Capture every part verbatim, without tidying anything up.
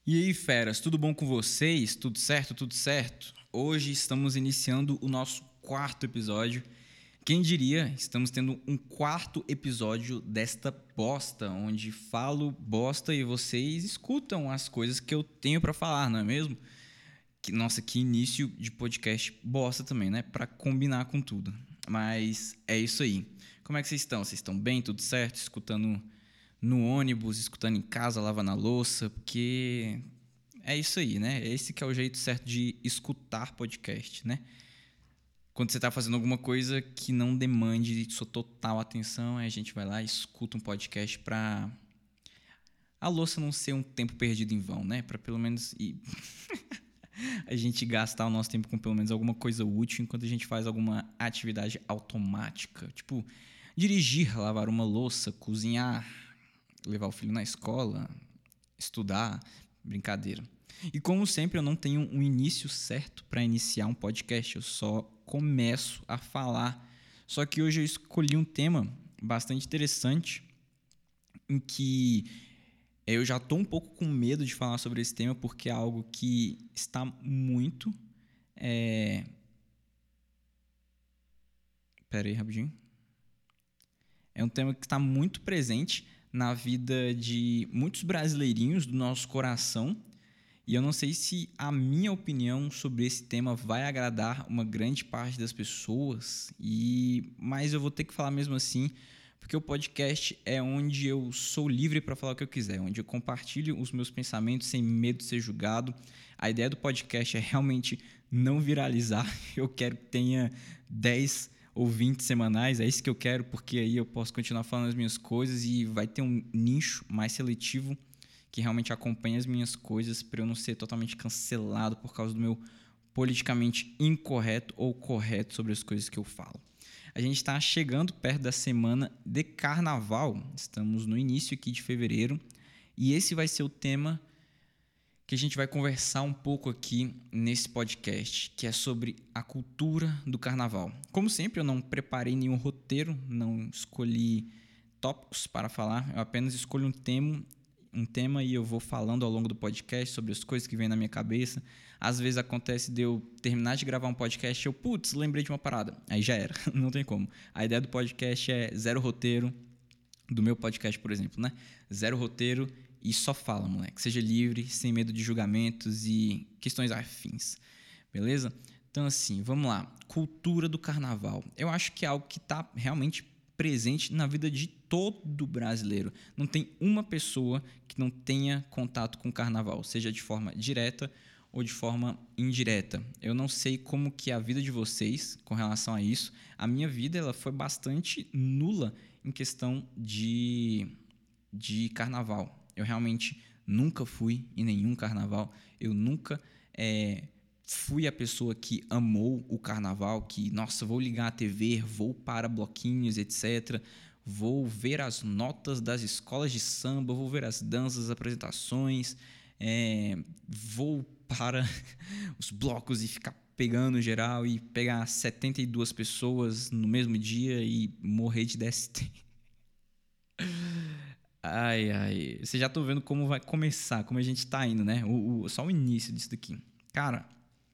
E aí, feras, tudo bom com vocês? Tudo certo? Tudo certo? Hoje estamos iniciando o nosso quarto episódio. Quem diria, estamos tendo um quarto episódio desta bosta, onde falo bosta e vocês escutam as coisas que eu tenho pra falar, não é mesmo? Que, nossa, que início de podcast bosta também, né? Pra combinar com tudo. Mas é isso aí. Como é que vocês estão? Vocês estão bem? Tudo certo? Escutando no ônibus, escutando em casa, lavando a louça? Porque é isso aí, né? Esse que é o jeito certo de escutar podcast, né? Quando você está fazendo alguma coisa que não demande sua total atenção, aí a gente vai lá e escuta um podcast pra a louça não ser um tempo perdido em vão, né? Pra pelo menos e a gente gastar o nosso tempo com pelo menos alguma coisa útil enquanto a gente faz alguma atividade automática. Tipo, dirigir, lavar uma louça, cozinhar, levar o filho na escola, estudar, brincadeira. E como sempre, eu não tenho um início certo para iniciar um podcast, eu só começo a falar. Só que hoje eu escolhi um tema bastante interessante em que eu já estou um pouco com medo de falar sobre esse tema porque é algo que está muito... É... Pera aí, rapidinho. É um tema que está muito presente na vida de muitos brasileirinhos do nosso coração. E eu não sei se a minha opinião sobre esse tema vai agradar uma grande parte das pessoas, e mas eu vou ter que falar mesmo assim, porque o podcast é onde eu sou livre para falar o que eu quiser, onde eu compartilho os meus pensamentos sem medo de ser julgado. A ideia do podcast é realmente não viralizar. Eu quero que tenha dez ou vinte semanais, é isso que eu quero, porque aí eu posso continuar falando as minhas coisas e vai ter um nicho mais seletivo que realmente acompanha as minhas coisas para eu não ser totalmente cancelado por causa do meu politicamente incorreto ou correto sobre as coisas que eu falo. A gente está chegando perto da semana de carnaval, estamos no início aqui de fevereiro, e esse vai ser o tema que a gente vai conversar um pouco aqui nesse podcast, que é sobre a cultura do carnaval. Como sempre, eu não preparei nenhum roteiro, não escolhi tópicos para falar, eu apenas escolho um tema um tema e eu vou falando ao longo do podcast sobre as coisas que vêm na minha cabeça. Às vezes acontece de eu terminar de gravar um podcast e eu, putz, lembrei de uma parada. Aí já era, não tem como. A ideia do podcast é zero roteiro, do meu podcast, por exemplo, né? Zero roteiro e só fala, moleque. Seja livre, sem medo de julgamentos e questões afins, beleza? Então, assim, vamos lá. Cultura do carnaval. Eu acho que é algo que está realmente presente na vida de todo brasileiro. Não tem uma pessoa que não tenha contato com o carnaval, seja de forma direta ou de forma indireta. Eu não sei como que é a vida de vocês com relação a isso. A minha vida ela foi bastante nula em questão de, de carnaval. Eu realmente nunca fui em nenhum carnaval. Eu nunca... É, fui a pessoa que amou o carnaval, que, nossa, vou ligar a T V, vou para bloquinhos, etcétera. Vou ver as notas das escolas de samba, vou ver as danças, as apresentações, é, vou para os blocos e ficar pegando geral e pegar setenta e duas pessoas no mesmo dia e morrer de D S T. Ai, ai. Você já tá vendo como vai começar, como a gente tá indo, né? O, o, só o início disso daqui. Cara,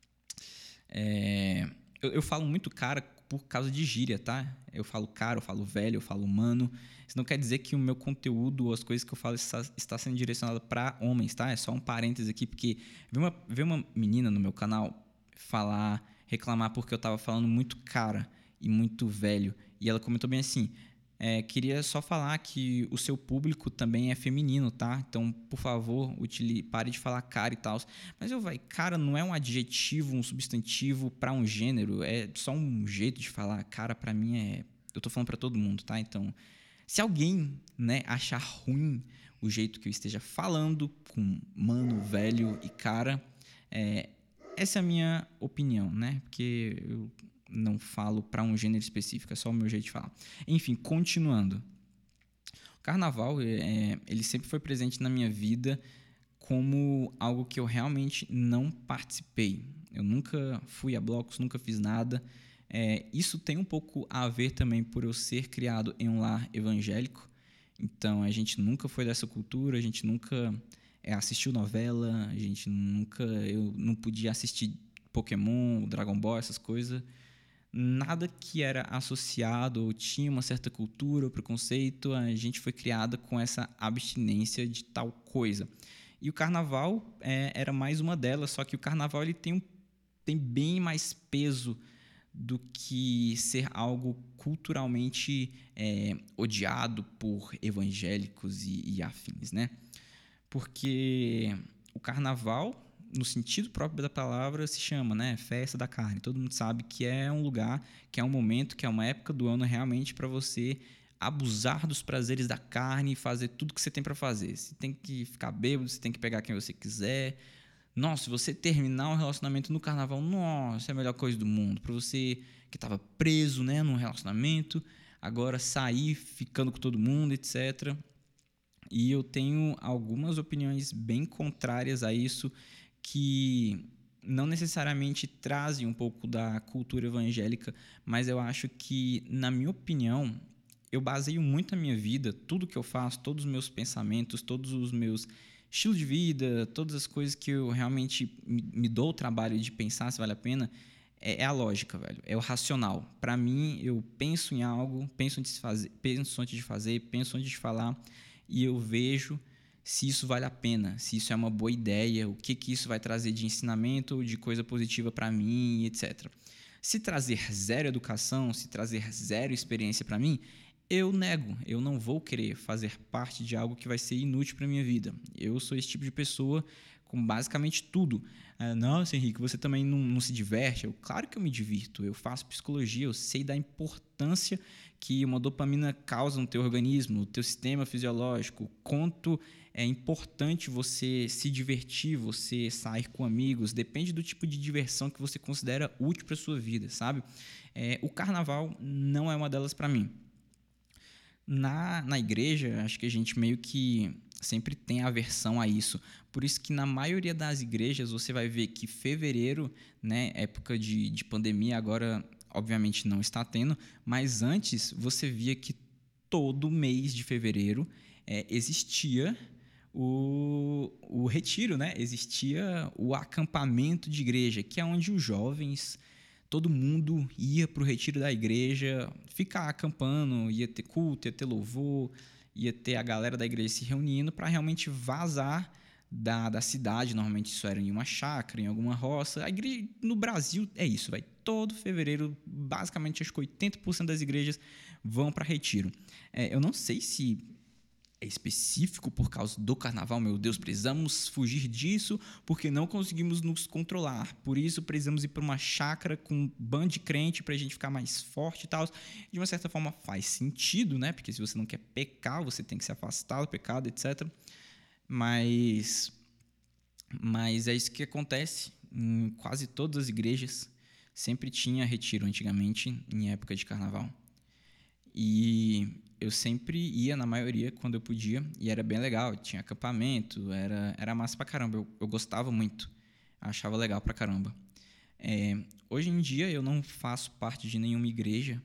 É, eu, eu falo muito cara por causa de gíria, tá? Eu falo cara, eu falo velho, eu falo mano. Isso não quer dizer que o meu conteúdo ou as coisas que eu falo está, está sendo direcionado para homens, tá? É só um parêntese aqui, porque ver uma, ver uma menina no meu canal falar, reclamar porque eu tava falando muito cara e muito velho. E ela comentou bem assim... É, queria só falar que o seu público também é feminino, tá? Então, por favor, utilize, pare de falar cara e tal. Mas eu vai, cara não é um adjetivo, um substantivo para um gênero, é só um jeito de falar. Cara, para mim é, eu tô falando para todo mundo, tá? Então, se alguém, né, achar ruim o jeito que eu esteja falando com mano, velho e cara, é, essa é a minha opinião, né? Porque eu não falo para um gênero específico, é só o meu jeito de falar. Enfim, continuando. O carnaval, é, ele sempre foi presente na minha vida como algo que eu realmente não participei. Eu nunca fui a blocos, nunca fiz nada. É, isso tem um pouco a ver também por eu ser criado em um lar evangélico. Então, a gente nunca foi dessa cultura, a gente nunca é, assistiu novela, a gente nunca... Eu não podia assistir Pokémon, Dragon Ball, essas coisas. Nada que era associado ou tinha uma certa cultura ou preconceito, a gente foi criada com essa abstinência de tal coisa. E o carnaval é, era mais uma delas, só que o carnaval ele tem, um, tem bem mais peso do que ser algo culturalmente é, odiado por evangélicos e, e afins, né? Porque o carnaval, no sentido próprio da palavra, se chama, né, festa da carne. Todo mundo sabe que é um lugar, que é um momento, que é uma época do ano realmente para você abusar dos prazeres da carne e fazer tudo que você tem para fazer. Você tem que ficar bêbado, você tem que pegar quem você quiser. Nossa, se você terminar um relacionamento no carnaval, nossa, é a melhor coisa do mundo. Para você que estava preso, né, num relacionamento, agora sair ficando com todo mundo, etcétera. E eu tenho algumas opiniões bem contrárias a isso, que não necessariamente trazem um pouco da cultura evangélica, mas eu acho que, na minha opinião, eu baseio muito a minha vida, tudo que eu faço, todos os meus pensamentos, todos os meus estilos de vida, todas as coisas que eu realmente me, me dou o trabalho de pensar se vale a pena, é, é a lógica, velho, é o racional. Para mim, eu penso em algo, penso antes de fazer, penso antes de fazer, penso antes de falar, e eu vejo se isso vale a pena, se isso é uma boa ideia, o que, que isso vai trazer de ensinamento, de coisa positiva para mim, etcétera. Se trazer zero educação, se trazer zero experiência para mim, eu nego, eu não vou querer fazer parte de algo que vai ser inútil para minha vida. Eu sou esse tipo de pessoa com basicamente tudo. Ah, nossa, Henrique, você também não, não se diverte? Eu, claro que eu me divirto, eu faço psicologia, eu sei da importância que uma dopamina causa no teu organismo, no teu sistema fisiológico, quanto é importante você se divertir, você sair com amigos, depende do tipo de diversão que você considera útil para a sua vida, sabe? É, o carnaval não é uma delas para mim. Na, na igreja, acho que a gente meio que sempre tem aversão a isso. Por isso que na maioria das igrejas você vai ver que fevereiro, né, época de, de pandemia, agora obviamente não está tendo, mas antes você via que todo mês de fevereiro é, existia o, o retiro, né? Existia o acampamento de igreja, que é onde os jovens, todo mundo ia para o retiro da igreja, ficar acampando, ia ter culto, ia ter louvor, ia ter a galera da igreja se reunindo para realmente vazar da, da cidade. Normalmente isso era em uma chácara, em alguma roça. A igreja, no Brasil é isso, vai. Todo fevereiro, basicamente, acho que oitenta por cento das igrejas vão para retiro. É, eu não sei se é específico por causa do carnaval, meu Deus, precisamos fugir disso porque não conseguimos nos controlar. Por isso, precisamos ir para uma chácara com um bando de crente para a gente ficar mais forte e tal. De uma certa forma, faz sentido, né? Porque se você não quer pecar, você tem que se afastar do pecado, etcétera. Mas, mas é isso que acontece em quase todas as igrejas. Sempre tinha retiro antigamente, em época de carnaval. E eu sempre ia, na maioria, quando eu podia, e era bem legal. Tinha acampamento, era, era massa pra caramba. Eu, eu gostava muito, achava legal pra caramba. É, hoje em dia, eu não faço parte de nenhuma igreja,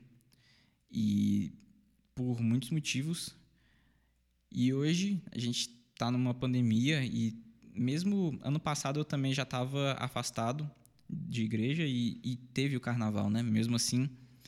e por muitos motivos. E hoje, a gente tá numa pandemia, e mesmo ano passado eu também já estava afastado de igreja, e, e teve o carnaval, né? Mesmo assim.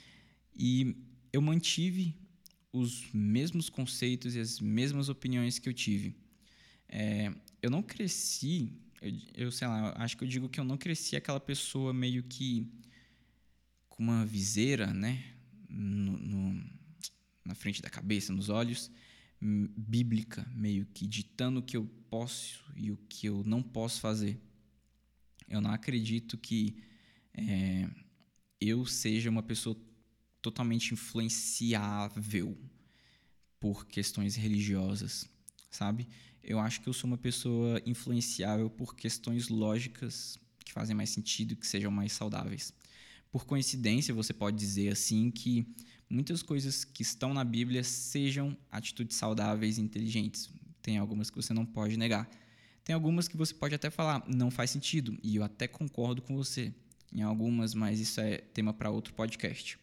E eu mantive os mesmos conceitos e as mesmas opiniões que eu tive. É, eu não cresci, eu, eu sei lá, acho que eu digo que eu não cresci aquela pessoa meio que com uma viseira, né, no, no, na frente da cabeça, nos olhos, bíblica, meio que ditando o que eu posso e o que eu não posso fazer. Eu não acredito que é, eu seja uma pessoa totalmente influenciável por questões religiosas, sabe? Eu acho que eu sou uma pessoa influenciável por questões lógicas que fazem mais sentido e que sejam mais saudáveis. Por coincidência, você pode dizer assim que muitas coisas que estão na Bíblia sejam atitudes saudáveis e inteligentes. Tem algumas que você não pode negar. Tem algumas que você pode até falar, não faz sentido, e eu até concordo com você em algumas, mas isso é tema para outro podcast.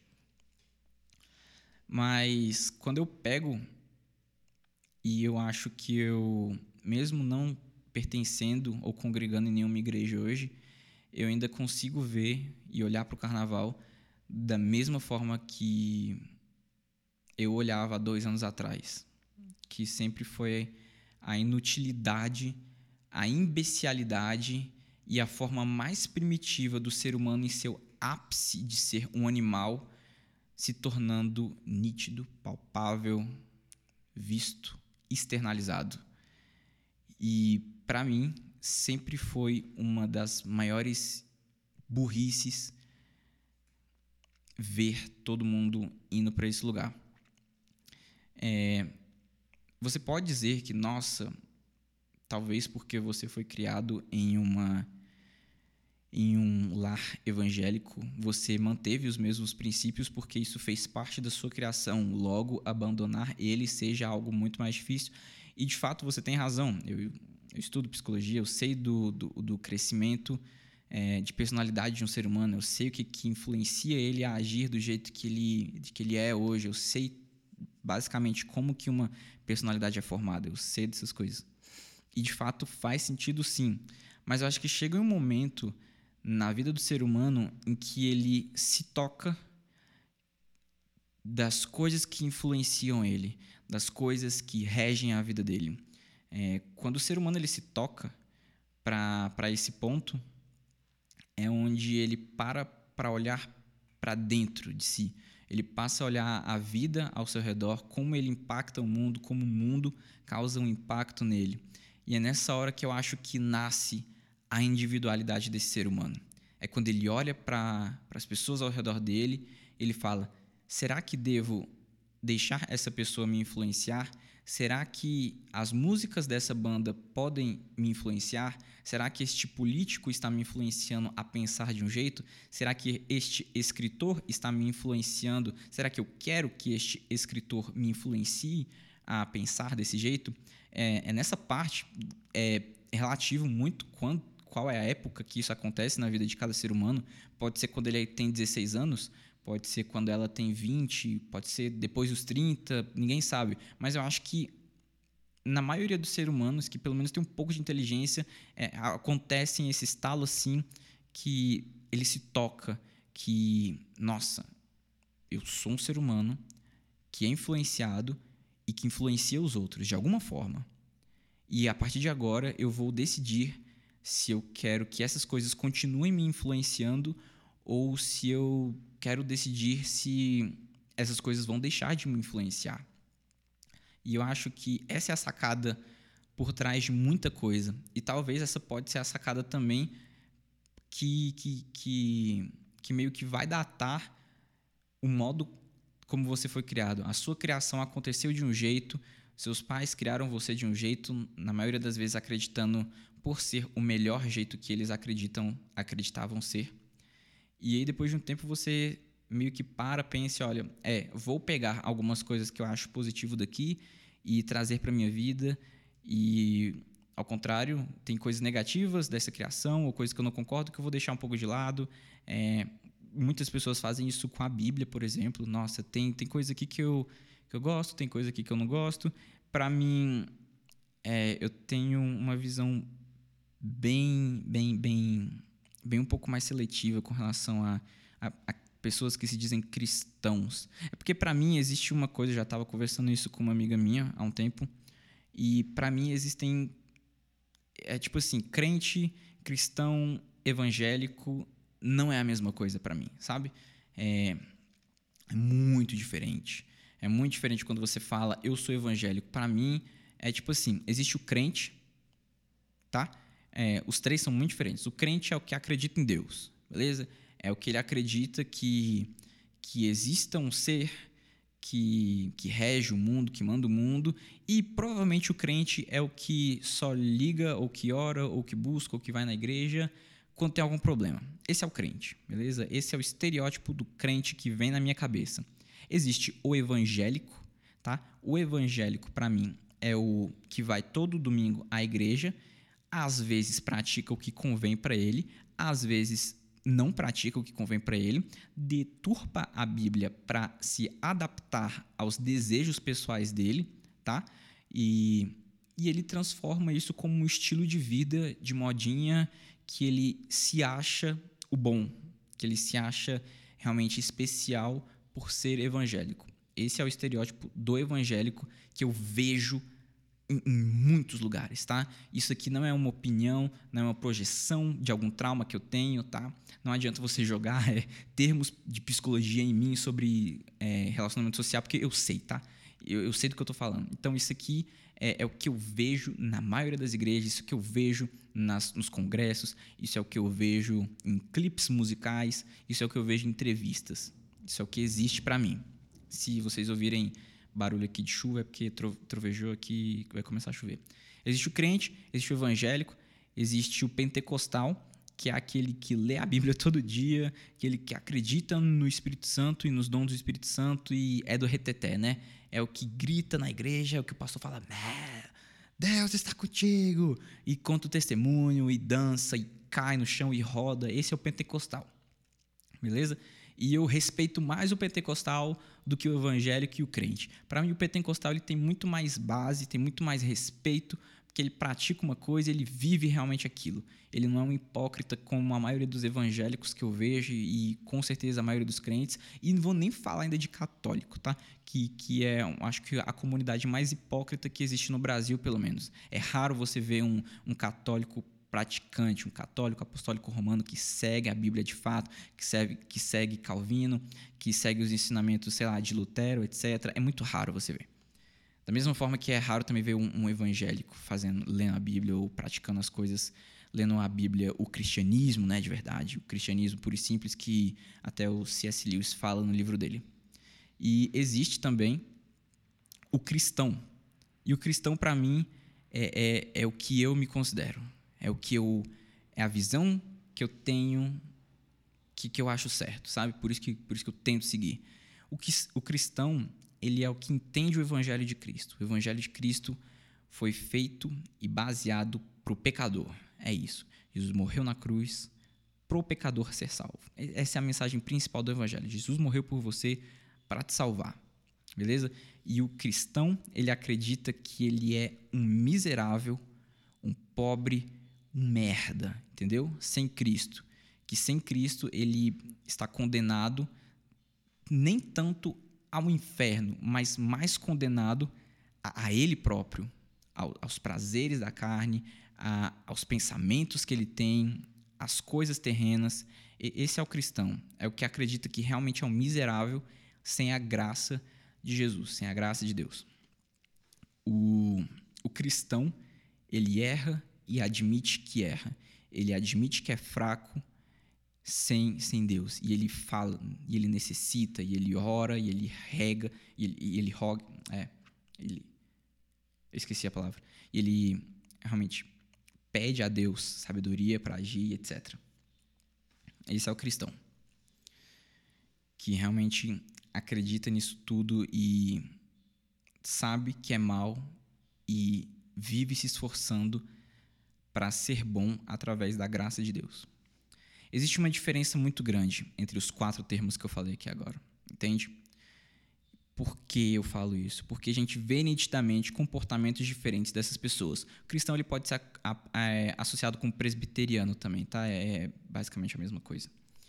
Mas quando eu pego e eu acho que eu, mesmo não pertencendo ou congregando em nenhuma igreja hoje, eu ainda consigo ver e olhar para o carnaval da mesma forma que eu olhava há dois anos atrás, que sempre foi a inutilidade, a imbecilidade e a forma mais primitiva do ser humano em seu ápice de ser um animal se tornando nítido, palpável, visto, externalizado. E, para mim, sempre foi uma das maiores burrices ver todo mundo indo para esse lugar. É, você pode dizer que, nossa, talvez porque você foi criado em uma em um lar evangélico, você manteve os mesmos princípios porque isso fez parte da sua criação, logo abandonar ele seja algo muito mais difícil. E, de fato, você tem razão. Eu, eu estudo psicologia, eu sei do, do, do crescimento é, de personalidade de um ser humano, eu sei o que, que influencia ele a agir do jeito que ele, que ele é hoje, eu sei basicamente como que uma personalidade é formada, eu sei dessas coisas. E, de fato, faz sentido sim. Mas eu acho que chega um momento na vida do ser humano em que ele se toca das coisas que influenciam ele, das coisas que regem a vida dele. É, quando o ser humano ele se toca para esse ponto, é onde ele para para olhar para dentro de si. Ele passa a olhar a vida ao seu redor, como ele impacta o mundo, como o mundo causa um impacto nele. E é nessa hora que eu acho que nasce a individualidade desse ser humano. É quando ele olha para as pessoas ao redor dele, ele fala, será que devo deixar essa pessoa me influenciar? Será que as músicas dessa banda podem me influenciar? Será que este político está me influenciando a pensar de um jeito? Será que este escritor está me influenciando? Será que eu quero que este escritor me influencie a pensar desse jeito? É, é nessa parte, é relativo muito quando, qual é a época que isso acontece na vida de cada ser humano. Pode ser quando ele tem dezesseis anos, pode ser quando ela tem vinte, pode ser depois dos trinta, ninguém sabe. Mas eu acho que na maioria dos seres humanos, que pelo menos tem um pouco de inteligência, é, acontecem esse estalo assim, que ele se toca, que, nossa, eu sou um ser humano que é influenciado e que influencia os outros de alguma forma. E a partir de agora eu vou decidir se eu quero que essas coisas continuem me influenciando ou se eu quero decidir se essas coisas vão deixar de me influenciar. E eu acho que essa é a sacada por trás de muita coisa. E talvez essa pode ser a sacada também que, que, que, que meio que vai datar o modo como você foi criado. A sua criação aconteceu de um jeito, seus pais criaram você de um jeito, na maioria das vezes acreditando por ser o melhor jeito que eles acreditam, acreditavam ser. E aí, depois de um tempo, você meio que para, pensa, olha, é, vou pegar algumas coisas que eu acho positivo daqui e trazer para a minha vida. E, ao contrário, tem coisas negativas dessa criação ou coisas que eu não concordo que eu vou deixar um pouco de lado. É, muitas pessoas fazem isso com a Bíblia, por exemplo. Nossa, tem, tem coisa aqui que eu, que eu gosto, tem coisa aqui que eu não gosto. Para mim, é, eu tenho uma visão bem, bem, bem... bem um pouco mais seletiva com relação a, a, a pessoas que se dizem cristãos. É porque, para mim, existe uma coisa, eu já estava conversando isso com uma amiga minha há um tempo, e, para mim, existem, é tipo assim, crente, cristão, evangélico, não é a mesma coisa para mim, sabe? É, é muito diferente. É muito diferente quando você fala, eu sou evangélico. Para mim, é tipo assim, existe o crente, tá? É, os três são muito diferentes. O crente é o que acredita em Deus, beleza? É o que ele acredita que, que exista um ser que, que rege o mundo, que manda o mundo, e provavelmente o crente é o que só liga, ou que ora, ou que busca, ou que vai na igreja quando tem algum problema. Esse é o crente, beleza? Esse é o estereótipo do crente que vem na minha cabeça. Existe o evangélico, tá? O evangélico, para mim, é o que vai todo domingo à igreja, às vezes pratica o que convém para ele, às vezes não pratica o que convém para ele, deturpa a Bíblia para se adaptar aos desejos pessoais dele, tá? E e ele transforma isso como um estilo de vida, de modinha, que ele se acha o bom, que ele se acha realmente especial por ser evangélico. Esse é o estereótipo do evangélico que eu vejo em, em muitos lugares, tá? Isso aqui não é uma opinião, não é uma projeção de algum trauma que eu tenho, tá? Não adianta você jogar é, termos de psicologia em mim sobre é, relacionamento social, porque eu sei, tá? Eu, eu sei do que eu tô falando. Então, isso aqui é, é o que eu vejo na maioria das igrejas, isso que eu vejo nas, nos congressos, isso é o que eu vejo em clipes musicais, isso é o que eu vejo em entrevistas. Isso é o que existe para mim. Se vocês ouvirem barulho aqui de chuva, é porque trovejou aqui e vai começar a chover. Existe o crente, existe o evangélico, existe o pentecostal, que é aquele que lê a Bíblia todo dia, aquele que acredita no Espírito Santo e nos dons do Espírito Santo e é do reteté, né? É o que grita na igreja, é o que o pastor fala, Deus está contigo, e conta o testemunho, e dança, e cai no chão, e roda. Esse é o pentecostal, beleza? E eu respeito mais o pentecostal do que o evangélico e o crente. Para mim, o pentecostal ele tem muito mais base, tem muito mais respeito, porque ele pratica uma coisa, ele vive realmente aquilo. Ele não é um hipócrita como a maioria dos evangélicos que eu vejo e com certeza a maioria dos crentes. E não vou nem falar ainda de católico, tá? Que, que é, acho que a comunidade mais hipócrita que existe no Brasil, pelo menos. É raro você ver um, um católico praticante, um católico apostólico romano que segue a Bíblia de fato, que segue, que segue Calvino, que segue os ensinamentos, sei lá, de Lutero, etcétera. É muito raro você ver. Da mesma forma que é raro também ver um, um evangélico fazendo, lendo a Bíblia ou praticando as coisas, lendo a Bíblia, o cristianismo, né, de verdade, o cristianismo puro e simples que até o C S Lewis fala no livro dele. E existe também o cristão. E o cristão, para mim, é, é, é o que eu me considero. É o que eu, é a visão que eu tenho, que, que eu acho certo, sabe? Por isso que, por isso que eu tento seguir. O, que, o cristão, ele é o que entende o evangelho de Cristo. O evangelho de Cristo foi feito e baseado para o pecador. É isso. Jesus morreu na cruz para o pecador ser salvo. Essa é a mensagem principal do evangelho. Jesus morreu por você para te salvar. Beleza? E o cristão, ele acredita que ele é um miserável, um pobre, um merda, entendeu? Sem Cristo. Que sem Cristo ele está condenado nem tanto ao inferno, mas mais condenado a, a ele próprio, ao, aos prazeres da carne, a, aos pensamentos que ele tem, às coisas terrenas. E, esse é o cristão. É o que acredita que realmente é um miserável sem a graça de Jesus, sem a graça de Deus. O, o cristão, ele erra e admite que erra. Ele admite que é fraco sem, sem Deus. E ele fala, e ele necessita, e ele ora, e ele rega, e ele, e ele roga. É, ele, eu esqueci a palavra. E ele realmente pede a Deus sabedoria para agir, etcétera. Esse é o cristão. Que realmente acredita nisso tudo e sabe que é mal e vive se esforçando para ser bom através da graça de Deus. Existe uma diferença muito grande entre os quatro termos que eu falei aqui agora, entende? Por que eu falo isso? Porque a gente vê nitidamente comportamentos diferentes dessas pessoas. O cristão ele pode ser a, a, a, associado com o presbiteriano também, tá? É basicamente a mesma coisa.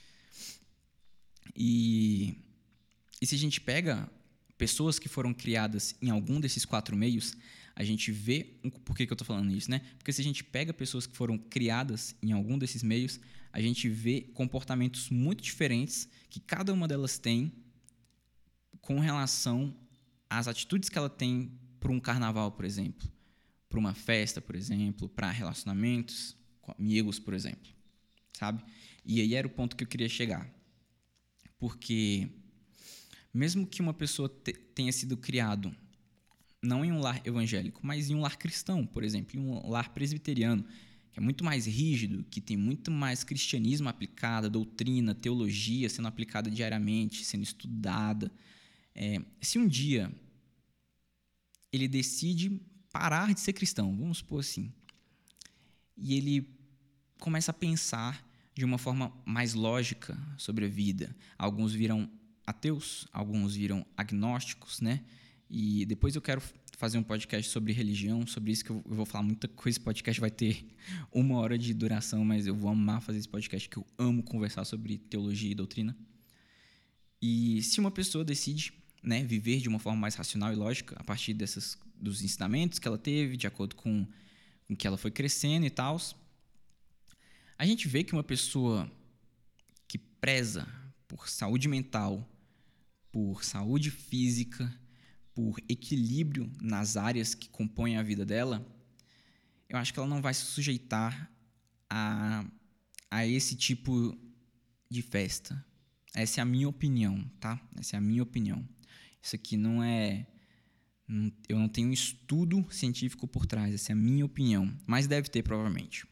E, e se a gente pega pessoas que foram criadas em algum desses quatro meios, a gente vê... Por que, que eu estou falando isso, né? Porque se a gente pega pessoas que foram criadas em algum desses meios, a gente vê comportamentos muito diferentes que cada uma delas tem com relação às atitudes que ela tem para um carnaval, por exemplo, para uma festa, por exemplo, para relacionamentos com amigos, por exemplo, sabe? E aí era o ponto que eu queria chegar. Porque mesmo que uma pessoa te, tenha sido criado não em um lar evangélico, mas em um lar cristão, por exemplo, em um lar presbiteriano, que é muito mais rígido, que tem muito mais cristianismo aplicado, doutrina, teologia sendo aplicada diariamente, sendo estudada. É, se um dia ele decide parar de ser cristão, vamos supor assim, e ele começa a pensar de uma forma mais lógica sobre a vida. Alguns viram ateus, alguns viram agnósticos, né? E depois eu quero fazer um podcast sobre religião, sobre isso que eu, eu vou falar muita coisa. Esse podcast vai ter uma hora de duração, mas eu vou amar fazer esse podcast, que eu amo conversar sobre teologia e doutrina. E se uma pessoa decide, né, viver de uma forma mais racional e lógica, a partir dessas, dos ensinamentos que ela teve, de acordo com, com que ela foi crescendo e tal, a gente vê que uma pessoa que preza por saúde mental, por saúde física, por equilíbrio nas áreas que compõem a vida dela, eu acho que ela não vai se sujeitar a, a esse tipo de festa. Essa é a minha opinião, tá? Essa é a minha opinião. Isso aqui não é... Não, eu não tenho um estudo científico por trás. Essa é a minha opinião. Mas deve ter, provavelmente.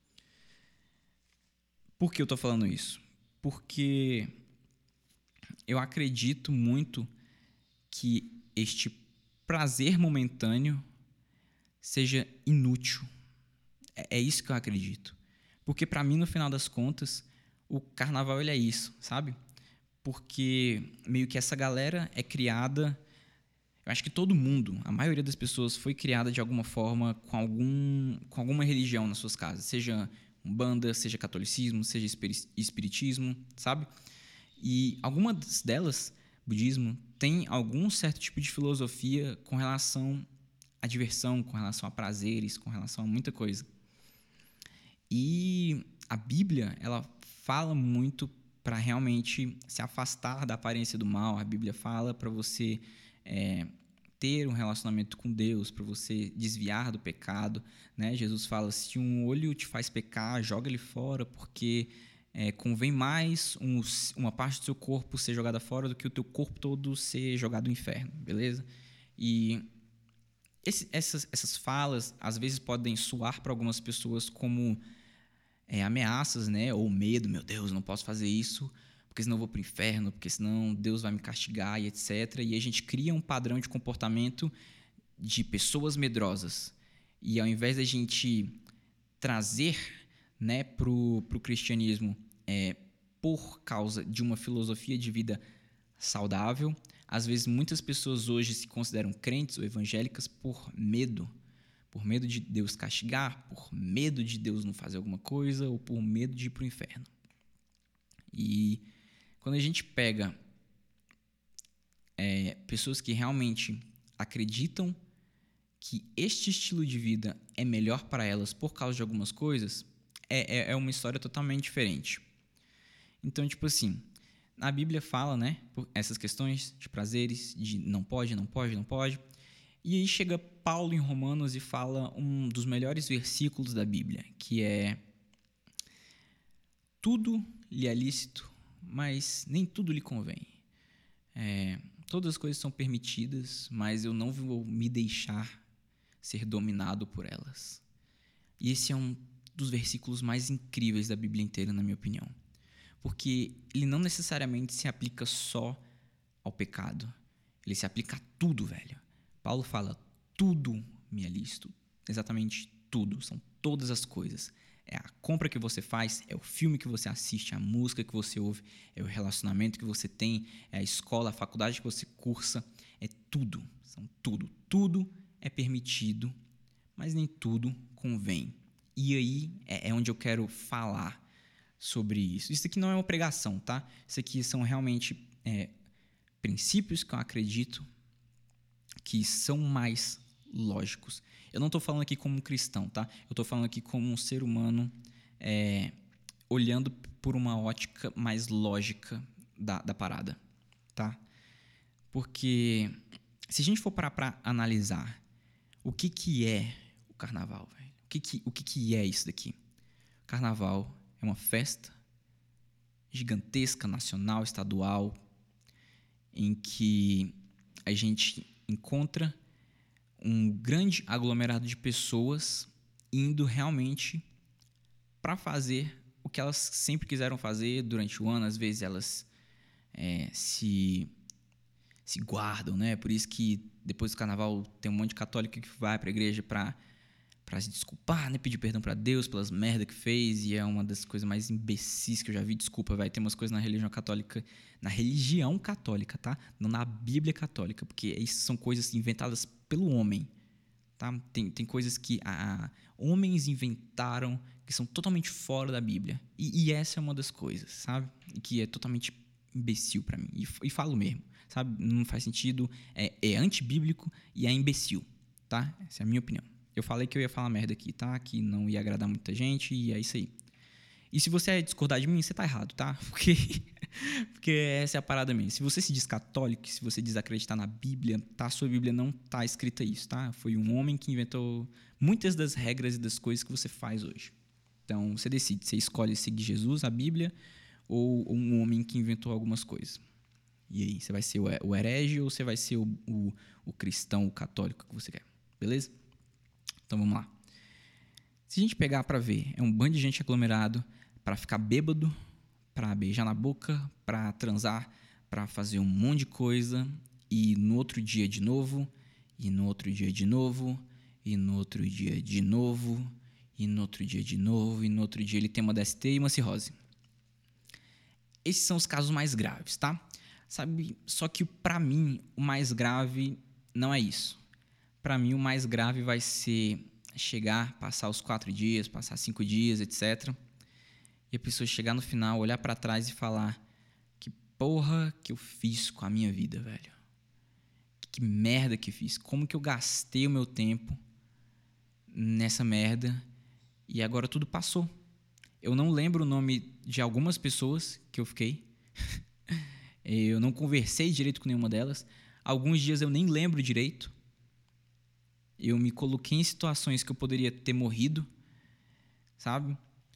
Por que eu tô falando isso? Porque eu acredito muito que este prazer momentâneo seja inútil. É, é isso que eu acredito. Porque, para mim, no final das contas, o carnaval ele é isso, sabe? Porque meio que essa galera é criada... Eu acho que todo mundo, a maioria das pessoas, foi criada de alguma forma com, algum, com alguma religião nas suas casas. Seja umbanda, seja catolicismo, seja espiritismo, sabe? E algumas delas, budismo, tem algum certo tipo de filosofia com relação à diversão, com relação a prazeres, com relação a muita coisa. E a Bíblia, ela fala muito para realmente se afastar da aparência do mal. A Bíblia fala para você é, ter um relacionamento com Deus, para você desviar do pecado, né? Jesus fala, se um olho te faz pecar, joga ele fora, porque é, convém mais um, uma parte do seu corpo ser jogada fora do que o teu corpo todo ser jogado no inferno, beleza? E esse, essas, essas falas, às vezes, podem soar para algumas pessoas como é, ameaças, né? Ou medo, meu Deus, não posso fazer isso, porque senão eu vou para o inferno, porque senão Deus vai me castigar e etcétera. E a gente cria um padrão de comportamento de pessoas medrosas. E ao invés da gente trazer, né, para o cristianismo é, por causa de uma filosofia de vida saudável, às vezes muitas pessoas hoje se consideram crentes ou evangélicas por medo. Por medo de Deus castigar, por medo de Deus não fazer alguma coisa ou por medo de ir para o inferno. E quando a gente pega é, pessoas que realmente acreditam que este estilo de vida é melhor para elas por causa de algumas coisas, é, é, é uma história totalmente diferente. Então, tipo assim, a Bíblia fala, né, por essas questões de prazeres, de não pode, não pode, não pode. E aí chega Paulo em Romanos e fala um dos melhores versículos da Bíblia, que é: tudo lhe é lícito, mas nem tudo lhe convém. É, todas as coisas são permitidas, mas eu não vou me deixar ser dominado por elas. E esse é um dos versículos mais incríveis da Bíblia inteira, na minha opinião. Porque ele não necessariamente se aplica só ao pecado. Ele se aplica a tudo, velho. Paulo fala, tudo me é lícito. Exatamente tudo. São todas as coisas. É a compra que você faz, é o filme que você assiste, a música que você ouve, é o relacionamento que você tem, é a escola, a faculdade que você cursa. É tudo. São tudo. Tudo é permitido, mas nem tudo convém. E aí é, é onde eu quero falar sobre isso. Isso aqui não é uma pregação, tá? Isso aqui são realmente é, princípios que eu acredito que são mais lógicos. Eu não estou falando aqui como um cristão, tá? Eu estou falando aqui como um ser humano é, olhando por uma ótica mais lógica da, da parada, tá? Porque se a gente for parar para analisar o que, que é o carnaval, velho? O, que, que, o que, que é isso daqui? O carnaval é uma festa gigantesca, nacional, estadual, em que a gente encontra um grande aglomerado de pessoas indo realmente para fazer o que elas sempre quiseram fazer durante o ano. Às vezes elas é, se, se guardam, né? Por isso que depois do carnaval tem um monte de católico que vai para a igreja para para se desculpar, né? Pedir perdão para Deus pelas merda que fez, e é uma das coisas mais imbecis que eu já vi. Desculpa, vai ter umas coisas na religião católica, na religião católica, tá? Não na Bíblia católica, porque isso são coisas inventadas pelo homem. Tá? Tem, tem coisas que ah, homens inventaram que são totalmente fora da Bíblia. E, e essa é uma das coisas, sabe? E que é totalmente imbecil para mim. E, e falo mesmo, sabe? Não faz sentido. É, é antibíblico e é imbecil, tá? Essa é a minha opinião. Eu falei que eu ia falar merda aqui, tá? Que não ia agradar muita gente e é isso aí. E se você discordar de mim, você tá errado, tá? Porque, porque essa é a parada mesmo. Se você se diz católico, se você diz acreditar na Bíblia, tá? A sua Bíblia não tá escrita isso, tá? Foi um homem que inventou muitas das regras e das coisas que você faz hoje. Então, você decide. Você escolhe seguir Jesus, a Bíblia, ou um homem que inventou algumas coisas. E aí, você vai ser o herege ou você vai ser o, o, o cristão, o católico que você quer. Beleza? Então, vamos lá. Se a gente pegar para ver, é um bando de gente aglomerado para ficar bêbado, para beijar na boca, para transar, para fazer um monte de coisa, e no outro dia de novo, e no outro dia de novo, e no outro dia de novo, e no outro dia de novo, e no outro dia ele tem uma D S T e uma cirrose. Esses são os casos mais graves, tá? Sabe? Só que para mim o mais grave não é isso. Para mim o mais grave vai ser chegar, passar os quatro dias, passar cinco dias, etcétera. E a pessoa chegar no final, olhar pra trás e falar: que porra que eu fiz com a minha vida, velho? Que merda que fiz? Como que eu gastei o meu tempo nessa merda e agora tudo passou? Eu não lembro o nome de algumas pessoas que eu fiquei. Eu não conversei direito com nenhuma delas. Alguns dias eu nem lembro direito. Eu me coloquei em situações que eu poderia ter morrido, sabe?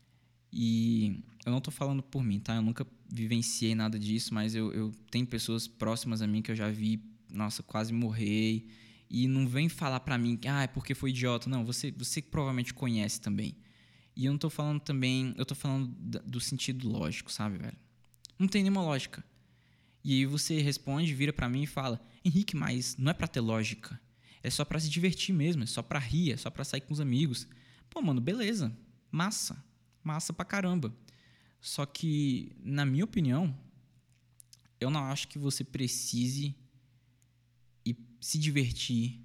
E eu não tô falando por mim, tá? Eu nunca vivenciei nada disso, mas eu, eu tenho pessoas próximas a mim que eu já vi, nossa, quase morrer. E não vem falar pra mim, ah, é porque foi idiota. Não, você, você provavelmente conhece também. E eu não tô falando também, eu tô falando do sentido lógico, sabe, velho? Não tem nenhuma lógica. E aí você responde, vira pra mim e fala: Henrique, mas não é pra ter lógica. É só pra se divertir mesmo, é só pra rir, é só pra sair com os amigos. Pô, mano, beleza. Massa. Massa pra caramba. Só que, na minha opinião, eu não acho que você precise ir se divertir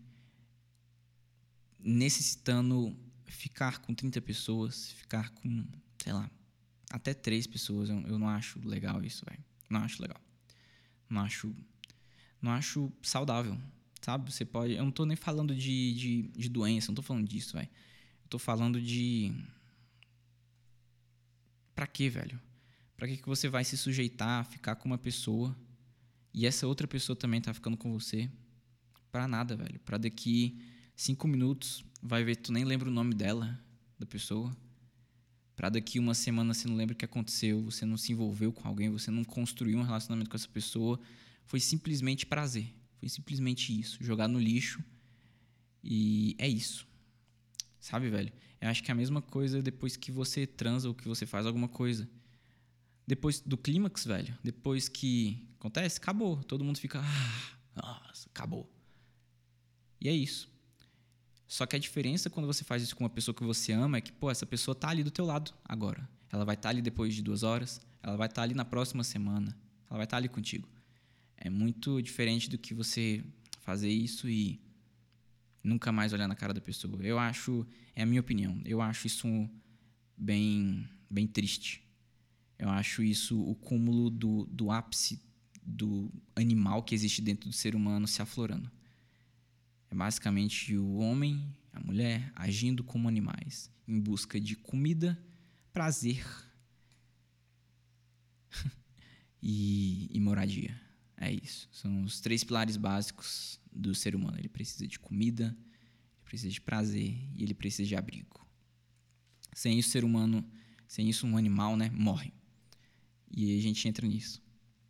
necessitando ficar com trinta pessoas, ficar com, sei lá, até três pessoas. Eu, eu não acho legal isso, velho. Não acho legal. Não acho, não acho saudável, sabe? Você pode... Eu não tô nem falando de, de, de doença, não tô falando disso, velho. Eu tô falando de... Pra quê, velho? Pra que que você vai se sujeitar a ficar com uma pessoa e essa outra pessoa também tá ficando com você? Pra nada, velho. Pra daqui cinco minutos vai ver, tu nem lembra o nome dela, da pessoa. Pra daqui uma semana você não lembra o que aconteceu, você não se envolveu com alguém, você não construiu um relacionamento com essa pessoa. Foi simplesmente prazer. Foi simplesmente isso. Jogar no lixo. E é isso. Sabe, velho? Eu acho que é a mesma coisa depois que você transa ou que você faz alguma coisa. Depois do clímax, velho, depois que acontece, acabou. Todo mundo fica, ah, nossa, acabou. E é isso. Só que a diferença quando você faz isso com uma pessoa que você ama é que, pô, essa pessoa tá ali do teu lado agora. Ela vai estar tá ali depois de duas horas, ela vai estar tá ali na próxima semana, ela vai estar tá ali contigo. É muito diferente do que você fazer isso e nunca mais olhar na cara da pessoa. Eu acho, é a minha opinião, eu acho isso bem, bem triste. Eu acho isso o cúmulo do, do ápice do animal que existe dentro do ser humano se aflorando. É basicamente o homem, a mulher, agindo como animais, em busca de comida, prazer e, e moradia. É isso. São os três pilares básicos do ser humano. Ele precisa de comida, ele precisa de prazer e ele precisa de abrigo. Sem isso, o ser humano, sem isso, um animal, né, morre. E aí a gente entra nisso.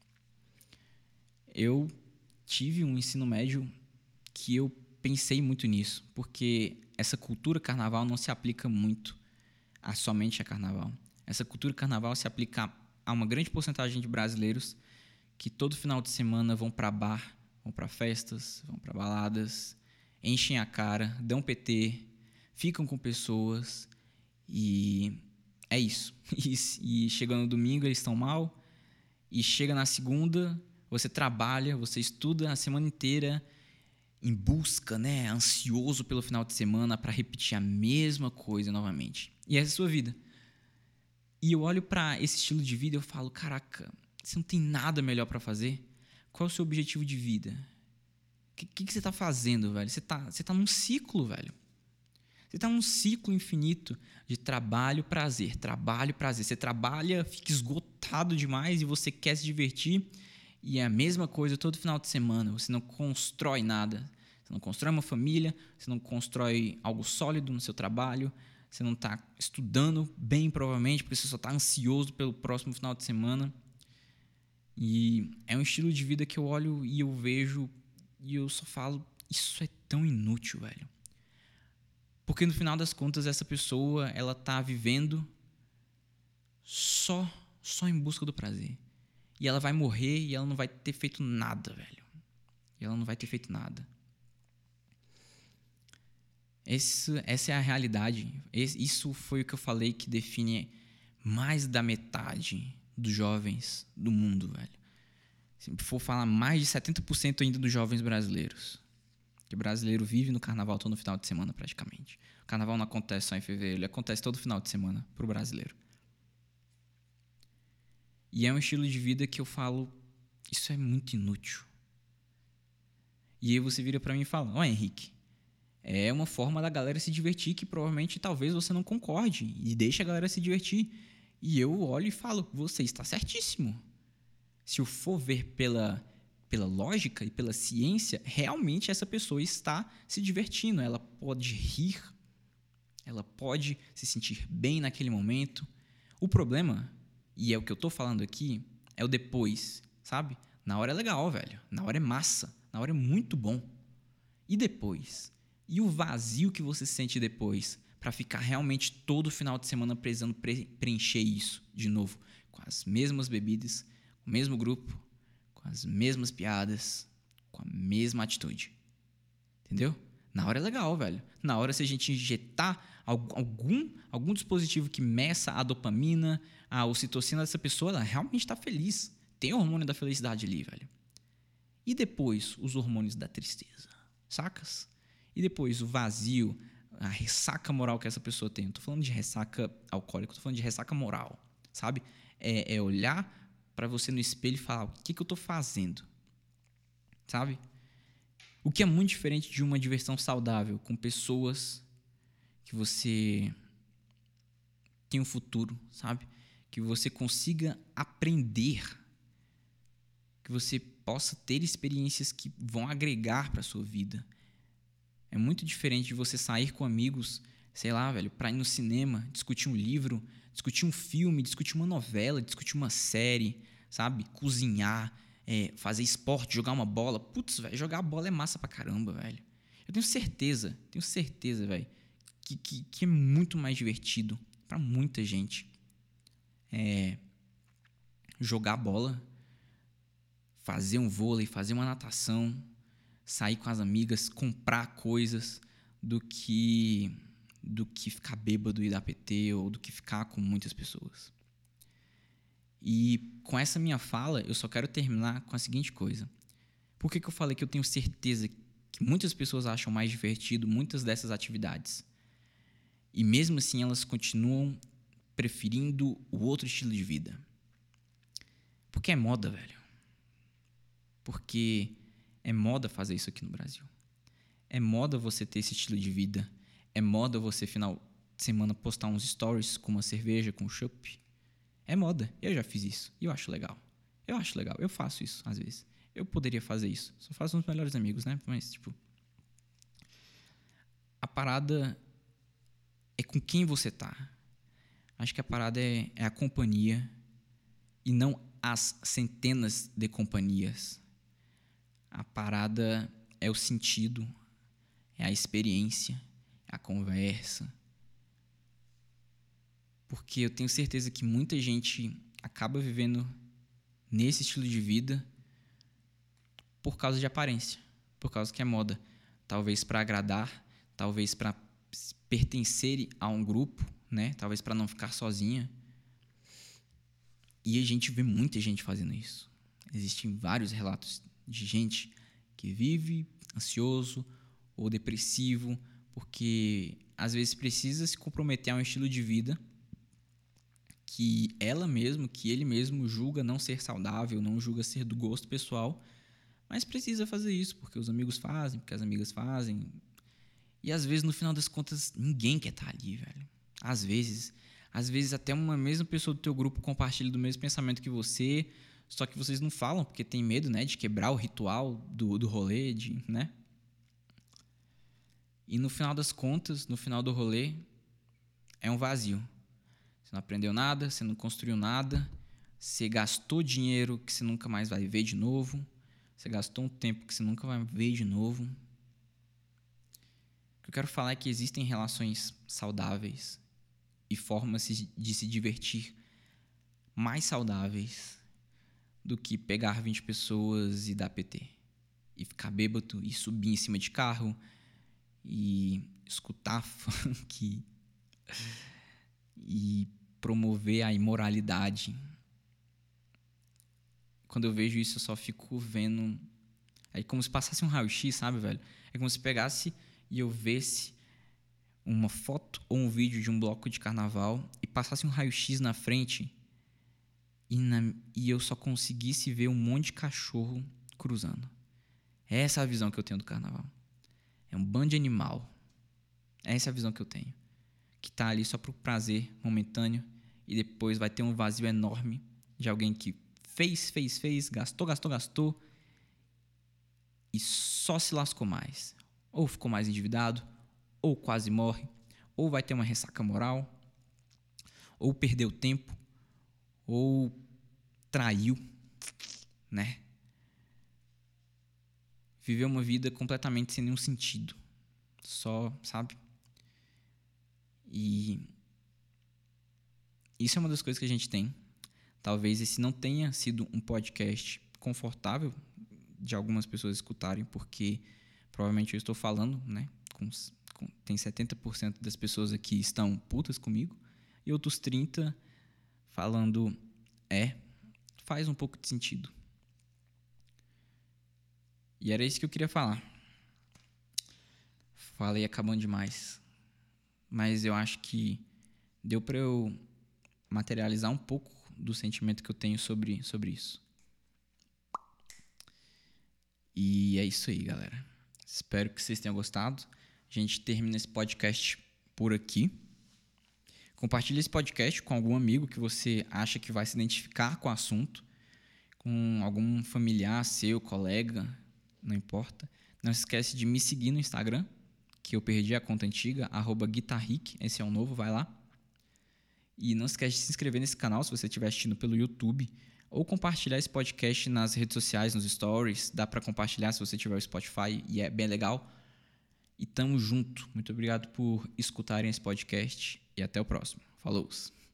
Eu tive um ensino médio que eu pensei muito nisso, porque essa cultura carnaval não se aplica muito a somente a carnaval. Essa cultura carnaval se aplica a uma grande porcentagem de brasileiros que todo final de semana vão para bar, vão para festas, vão para baladas, enchem a cara, dão P T, ficam com pessoas e é isso. E chegando no domingo eles estão mal e chega na segunda, você trabalha, você estuda a semana inteira em busca, né, ansioso pelo final de semana para repetir a mesma coisa novamente. E essa é a sua vida. E eu olho para esse estilo de vida e eu falo, caraca, você não tem nada melhor para fazer? Qual é o seu objetivo de vida? O que, que, que você tá fazendo, velho? Você tá, você tá num ciclo, velho. Você tá num ciclo infinito de trabalho, prazer, trabalho, prazer. Você trabalha, fica esgotado demais e você quer se divertir. E é a mesma coisa todo final de semana. Você não constrói nada. Você não constrói uma família, você não constrói algo sólido no seu trabalho, você não está estudando bem, provavelmente, porque você só está ansioso pelo próximo final de semana. E é um estilo de vida que eu olho e eu vejo e eu só falo, isso é tão inútil, velho. Porque no final das contas, essa pessoa, ela tá vivendo só, só em busca do prazer. E ela vai morrer e ela não vai ter feito nada, velho. E ela não vai ter feito nada. Esse, essa é a realidade. Esse, isso foi o que eu falei que define mais da metade dos jovens do mundo, velho. Se for falar mais de setenta por cento ainda dos jovens brasileiros. Porque o brasileiro vive no carnaval todo final de semana, praticamente. O carnaval não acontece só em fevereiro, ele acontece todo final de semana pro brasileiro. E é um estilo de vida que eu falo, isso é muito inútil. E aí você vira pra mim e fala, ó, Henrique, é uma forma da galera se divertir que provavelmente talvez você não concorde. E deixa a galera se divertir. E eu olho e falo, você está certíssimo. Se eu for ver pela, pela lógica e pela ciência, realmente essa pessoa está se divertindo. Ela pode rir, ela pode se sentir bem naquele momento. O problema, e é o que eu estou falando aqui, é o depois, sabe? Na hora é legal, velho. Na hora é massa. Na hora é muito bom. E depois? E o vazio que você sente depois, para ficar realmente todo final de semana precisando pre- preencher isso de novo, com as mesmas bebidas, com o mesmo grupo, com as mesmas piadas, com a mesma atitude. Entendeu? Na hora é legal, velho. Na hora, se a gente injetar algum, algum dispositivo que meça a dopamina, a ocitocina dessa pessoa, ela realmente está feliz. Tem o hormônio da felicidade ali, velho. E depois, os hormônios da tristeza, sacas? E depois o vazio, a ressaca moral que essa pessoa tem. Eu tô falando de ressaca alcoólica, eu tô falando de ressaca moral, sabe? É, é olhar para você no espelho e falar, o que, que eu tô fazendo? Sabe? O que é muito diferente de uma diversão saudável com pessoas que você tem um futuro, sabe? Que você consiga aprender, que você possa ter experiências que vão agregar para sua vida. É muito diferente de você sair com amigos, sei lá, velho, pra ir no cinema, discutir um livro, discutir um filme, discutir uma novela, discutir uma série, sabe? Cozinhar, é, fazer esporte, jogar uma bola. Putz, velho, jogar bola é massa pra caramba, velho. Eu tenho certeza, tenho certeza, velho, que, que, que é muito mais divertido pra muita gente. É, jogar bola, fazer um vôlei, fazer uma natação, sair com as amigas, comprar coisas, do que do que ficar bêbado e dar P T, ou do que ficar com muitas pessoas. E com essa minha fala, eu só quero terminar com a seguinte coisa. Por que que eu falei que eu tenho certeza que muitas pessoas acham mais divertido muitas dessas atividades? E mesmo assim elas continuam preferindo o outro estilo de vida? Porque é moda, velho. Porque é moda fazer isso aqui no Brasil. É moda você ter esse estilo de vida. É moda você, final de semana, postar uns stories com uma cerveja, com um chopp. É moda. Eu já fiz isso. E eu acho legal. Eu acho legal. Eu faço isso, às vezes. Eu poderia fazer isso. Só faço com os melhores amigos, né? Mas, tipo... A parada é com quem você tá. Acho que a parada é, é a companhia e não as centenas de companhias. A parada é o sentido, é a experiência, é a conversa. Porque eu tenho certeza que muita gente acaba vivendo nesse estilo de vida por causa de aparência, por causa que é moda. Talvez para agradar, talvez para pertencer a um grupo, né? Talvez para não ficar sozinha. E a gente vê muita gente fazendo isso. Existem vários relatos de gente que vive ansioso ou depressivo, porque às vezes precisa se comprometer a um estilo de vida que ela mesma, que ele mesmo julga não ser saudável, não julga ser do gosto pessoal, mas precisa fazer isso porque os amigos fazem, porque as amigas fazem. E às vezes, no final das contas, ninguém quer estar ali, velho. Às vezes, às vezes até uma mesma pessoa do teu grupo compartilha do mesmo pensamento que você, só que vocês não falam porque tem medo, né, de quebrar o ritual do, do rolê, de, né? E no final das contas, no final do rolê, é um vazio. Você não aprendeu nada, você não construiu nada, você gastou dinheiro que você nunca mais vai ver de novo, você gastou um tempo que você nunca vai ver de novo. O que eu quero falar é que existem relações saudáveis e formas de se divertir mais saudáveis do que pegar vinte pessoas e dar P T. E ficar bêbado e subir em cima de carro e escutar funk e promover a imoralidade. Quando eu vejo isso, eu só fico vendo... É como se passasse um raio-x, sabe, velho? É como se pegasse e eu visse uma foto ou um vídeo de um bloco de carnaval e passasse um raio-x na frente e, na, e eu só conseguisse ver um monte de cachorro cruzando. Essa é a visão que eu tenho do carnaval. É um bando de animal. Essa é a visão que eu tenho. Que tá ali só pro prazer momentâneo e depois vai ter um vazio enorme de alguém que fez, fez, fez, gastou, gastou, gastou e só se lascou mais. Ou ficou mais endividado, ou quase morre, ou vai ter uma ressaca moral, ou perdeu tempo, ou traiu, né? Viveu uma vida completamente sem nenhum sentido. Só, sabe? E isso é uma das coisas que a gente tem. Talvez esse não tenha sido um podcast confortável de algumas pessoas escutarem, porque provavelmente eu estou falando, né? Com, com, tem setenta por cento das pessoas aqui estão putas comigo e outros trinta por cento falando, é, faz um pouco de sentido. E era isso que eu queria falar. Falei acabando demais. Mas eu acho que deu para eu materializar um pouco do sentimento que eu tenho sobre, sobre isso. E é isso aí, galera. Espero que vocês tenham gostado. A gente termina esse podcast por aqui. Compartilhe esse podcast com algum amigo que você acha que vai se identificar com o assunto, com algum familiar seu, colega, não importa. Não se esquece de me seguir no Instagram, que eu perdi a conta antiga, arroba guitarric, esse é o novo, vai lá. E não se esquece de se inscrever nesse canal se você estiver assistindo pelo YouTube, ou compartilhar esse podcast nas redes sociais, nos stories, dá para compartilhar se você tiver o Spotify e é bem legal. E tamo junto. Muito obrigado por escutarem esse podcast e até o próximo. Falou!